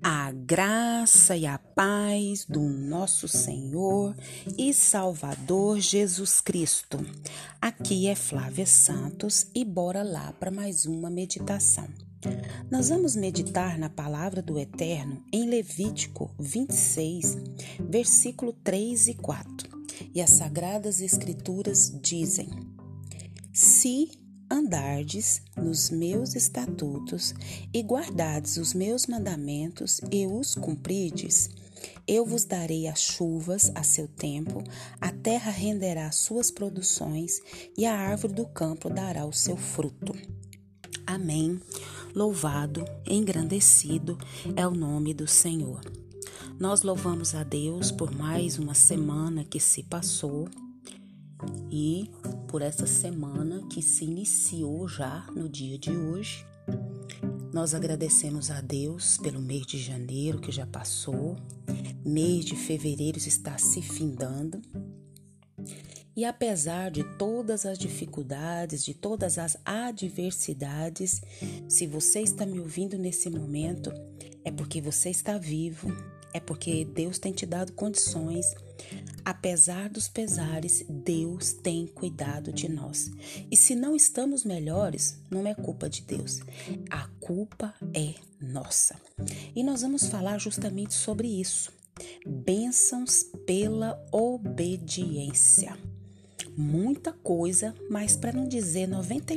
A graça e a paz do nosso Senhor e Salvador Jesus Cristo. Aqui é Flávia Santos e bora lá para mais uma meditação. Nós vamos meditar na palavra do Eterno em Levítico 26, versículo 3 e 4. E as Sagradas Escrituras dizem: Se andardes nos meus estatutos e guardardes os meus mandamentos e os cumprirdes, eu vos darei as chuvas a seu tempo, a terra renderá suas produções e a árvore do campo dará o seu fruto. Amém. Louvado, engrandecido é o nome do Senhor. Nós louvamos a Deus por mais uma semana que se passou e por essa semana que se iniciou já no dia de hoje. Nós agradecemos a Deus pelo mês de janeiro que já passou, mês de fevereiro está se findando. E apesar de todas as dificuldades, de todas as adversidades, se você está me ouvindo nesse momento, é porque você está vivo, é porque Deus tem te dado condições. Apesar dos pesares, Deus tem cuidado de nós. E se não estamos melhores, não é culpa de Deus. A culpa é nossa. E nós vamos falar justamente sobre isso. Bênçãos pela obediência. Muita coisa, mas para não dizer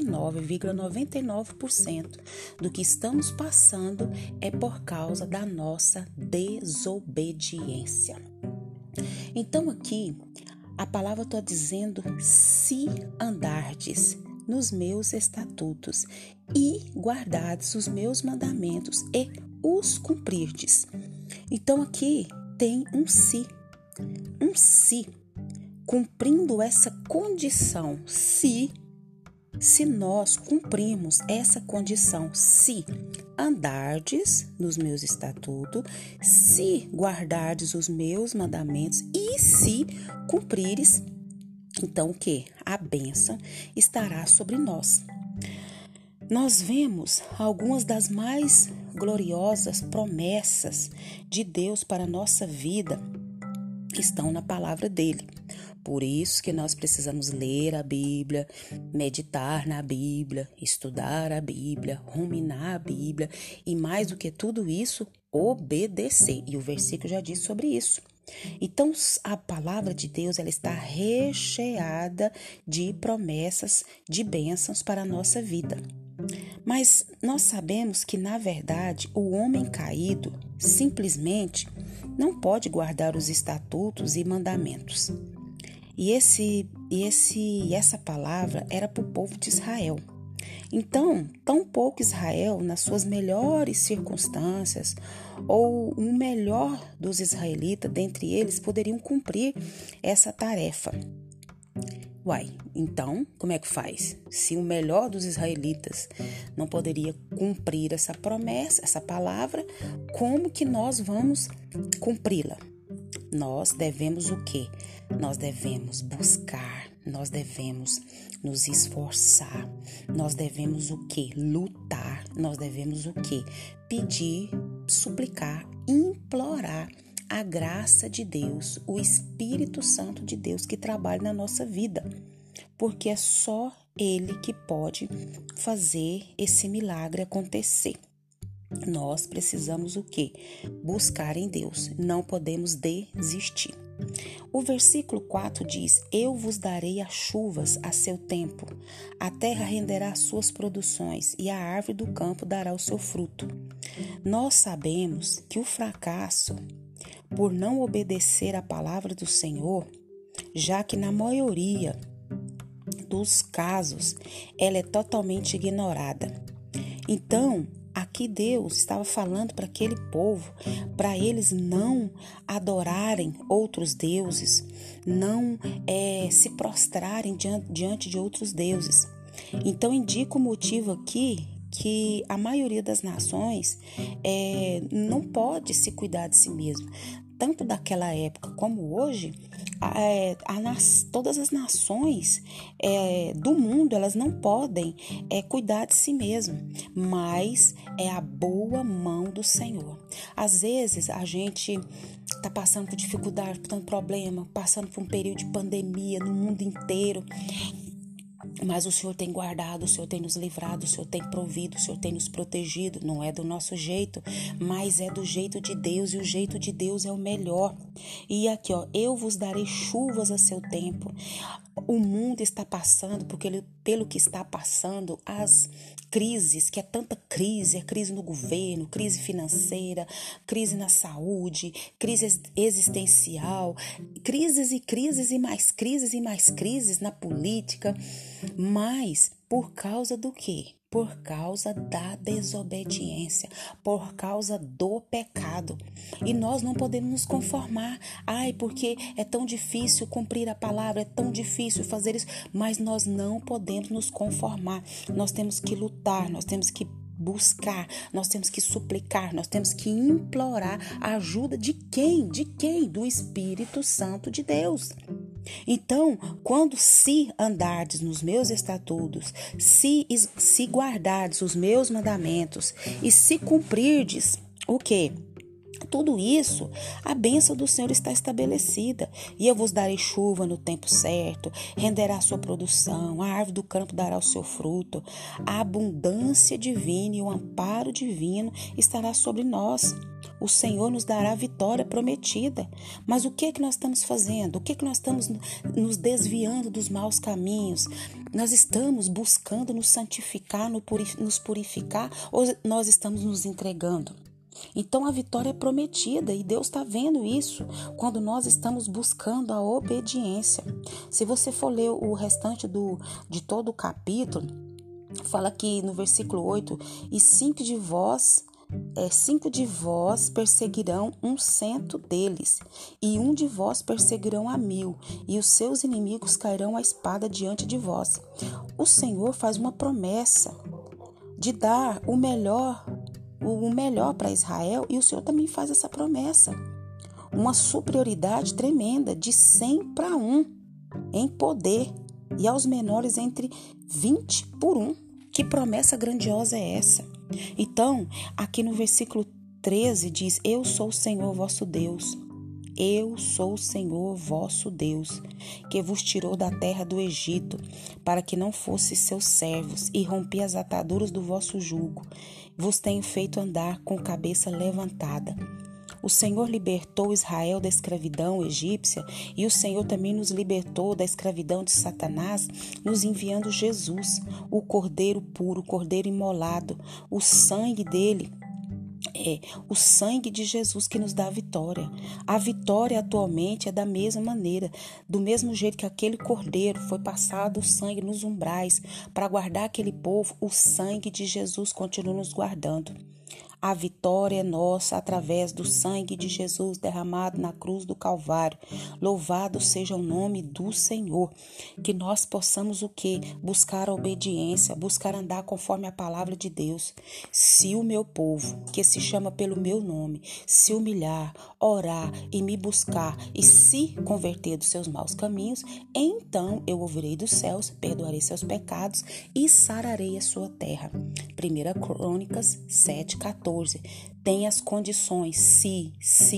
99,99% do que estamos passando é por causa da nossa desobediência. Então aqui, a palavra está dizendo: se andardes nos meus estatutos e guardardes os meus mandamentos e os cumprirdes. Então aqui tem um se. Cumprindo essa condição, se nós cumprimos essa condição, se andardes nos meus estatutos, se guardardes os meus mandamentos e se cumprires, então o que? A bênção estará sobre nós. Nós vemos algumas das mais gloriosas promessas de Deus para a nossa vida que estão na palavra dele. Por isso que nós precisamos ler a Bíblia, meditar na Bíblia, estudar a Bíblia, ruminar a Bíblia e mais do que tudo isso, obedecer. E o versículo já diz sobre isso. Então, a palavra de Deus ela está recheada de promessas, de bênçãos para a nossa vida. Mas nós sabemos que, na verdade, o homem caído simplesmente não pode guardar os estatutos e mandamentos. E essa palavra era para o povo de Israel. Então, tão pouco Israel, nas suas melhores circunstâncias, ou o melhor dos israelitas, dentre eles, poderiam cumprir essa tarefa. Então, como é que faz? Se o melhor dos israelitas não poderia cumprir essa promessa, essa palavra, como que nós vamos cumpri-la? Nós devemos o quê? Nós devemos buscar, nós devemos nos esforçar, nós devemos o quê? Lutar, nós devemos o quê? Pedir, suplicar, implorar a graça de Deus, o Espírito Santo de Deus que trabalha na nossa vida, porque é só Ele que pode fazer esse milagre acontecer. Nós precisamos o quê? Buscar em Deus, não podemos desistir. O versículo 4 diz: Eu vos darei as chuvas a seu tempo, a terra renderá suas produções e a árvore do campo dará o seu fruto. Nós sabemos que o fracasso por não obedecer à palavra do Senhor, já que na maioria dos casos ela é totalmente ignorada. Então, aqui Deus estava falando para aquele povo, para eles não adorarem outros deuses, não se prostrarem diante de outros deuses. Então, indica o motivo aqui que a maioria das nações não pode se cuidar de si mesmo. tanto daquela época como hoje, todas as nações do mundo, elas não podem cuidar de si mesmas, mas é a boa mão do Senhor. Às vezes a gente está passando por dificuldade, por tanto problema, passando por um período de pandemia no mundo inteiro, mas o Senhor tem guardado, o Senhor tem nos livrado, o Senhor tem provido, o Senhor tem nos protegido. Não é do nosso jeito, mas é do jeito de Deus, e o jeito de Deus é o melhor. E aqui, eu vos darei chuvas a seu tempo. O mundo está passando, porque pelo que está passando, as crises, que é tanta crise, é crise no governo, crise financeira, crise na saúde, crise existencial, crises e crises e mais crises na política, mas por causa do quê? Por causa da desobediência, por causa do pecado. E nós não podemos nos conformar. Porque é tão difícil cumprir a palavra, é tão difícil fazer isso, mas nós não podemos nos conformar. Nós temos que lutar, nós temos que buscar, nós temos que suplicar, nós temos que implorar a ajuda de quem? De quem? Do Espírito Santo de Deus. Então, se andardes nos meus estatutos, se guardardes os meus mandamentos e se cumprirdes o quê? Tudo isso, a bênção do Senhor está estabelecida. E eu vos darei chuva no tempo certo, renderá a sua produção, a árvore do campo dará o seu fruto, a abundância divina e o amparo divino estará sobre nós. O Senhor nos dará a vitória prometida. Mas o que é que nós estamos fazendo? O que é que nós estamos nos desviando dos maus caminhos? Nós estamos buscando nos santificar, nos purificar, ou nós estamos nos entregando? Então a vitória é prometida e Deus está vendo isso quando nós estamos buscando a obediência. Se você for ler o restante de todo o capítulo, fala que no versículo 8, e cinco de vós perseguirão 100 deles, e um de vós perseguirão 1000, e os seus inimigos cairão à espada diante de vós. O Senhor faz uma promessa de dar o melhor para Israel, e o Senhor também faz essa promessa. Uma superioridade tremenda, de 100 para 1 em poder, e aos menores entre 20 por 1. Que promessa grandiosa é essa? Então, aqui no versículo 13 diz: eu sou o Senhor vosso Deus. Eu sou o Senhor vosso Deus, que vos tirou da terra do Egito, para que não fosseis seus servos, e rompi as ataduras do vosso jugo. Vos tenho feito andar com cabeça levantada. O Senhor libertou Israel da escravidão egípcia, e o Senhor também nos libertou da escravidão de Satanás, nos enviando Jesus, o Cordeiro puro, o Cordeiro imolado, o sangue dele. O sangue de Jesus que nos dá a vitória. A vitória atualmente é da mesma maneira, do mesmo jeito que aquele cordeiro foi passado o sangue nos umbrais para guardar aquele povo, o sangue de Jesus continua nos guardando. A vitória é nossa através do sangue de Jesus derramado na cruz do Calvário. Louvado seja o nome do Senhor. Que nós possamos o quê? Buscar a obediência, buscar andar conforme a palavra de Deus. Se o meu povo, que se chama pelo meu nome, se humilhar, orar e me buscar e se converter dos seus maus caminhos, então eu ouvirei dos céus, perdoarei seus pecados e sararei a sua terra. 1 Crônicas 7:14. Tem as condições, se.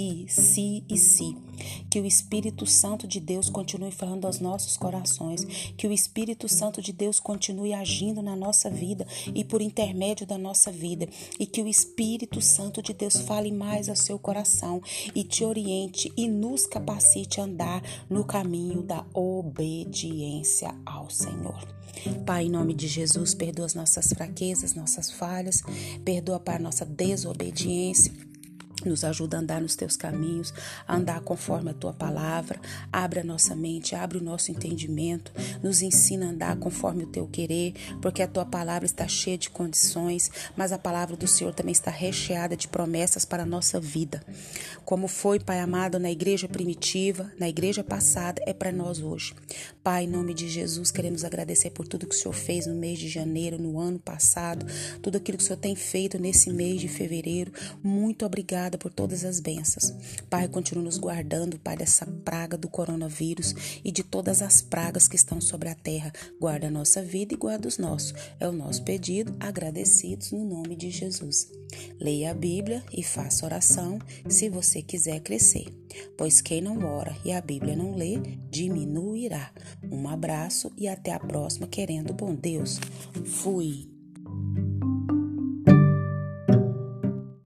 Que o Espírito Santo de Deus continue falando aos nossos corações, que o Espírito Santo de Deus continue agindo na nossa vida e por intermédio da nossa vida, e que o Espírito Santo de Deus fale mais ao seu coração e te oriente e nos capacite a andar no caminho da obediência ao Senhor. Pai, em nome de Jesus, perdoa as nossas fraquezas, nossas falhas, perdoa para nossa desobediência. Nos ajuda a andar nos teus caminhos, a andar conforme a tua palavra. Abre a nossa mente, abre o nosso entendimento, nos ensina a andar conforme o teu querer, porque a tua palavra está cheia de condições, mas a palavra do Senhor também está recheada de promessas para a nossa vida. Como foi, Pai amado, na igreja primitiva, na igreja passada, é para nós hoje. Pai, em nome de Jesus, queremos agradecer por tudo que o Senhor fez no mês de janeiro, no ano passado, tudo aquilo que o Senhor tem feito nesse mês de fevereiro. Muito obrigado, obrigada por todas as bênçãos. Pai, continua nos guardando, Pai, dessa praga do coronavírus e de todas as pragas que estão sobre a terra. Guarda a nossa vida e guarda os nossos. É o nosso pedido, agradecidos no nome de Jesus. Leia a Bíblia e faça oração se você quiser crescer, pois quem não ora e a Bíblia não lê, diminuirá. Um abraço e até a próxima, querendo bom Deus. Fui!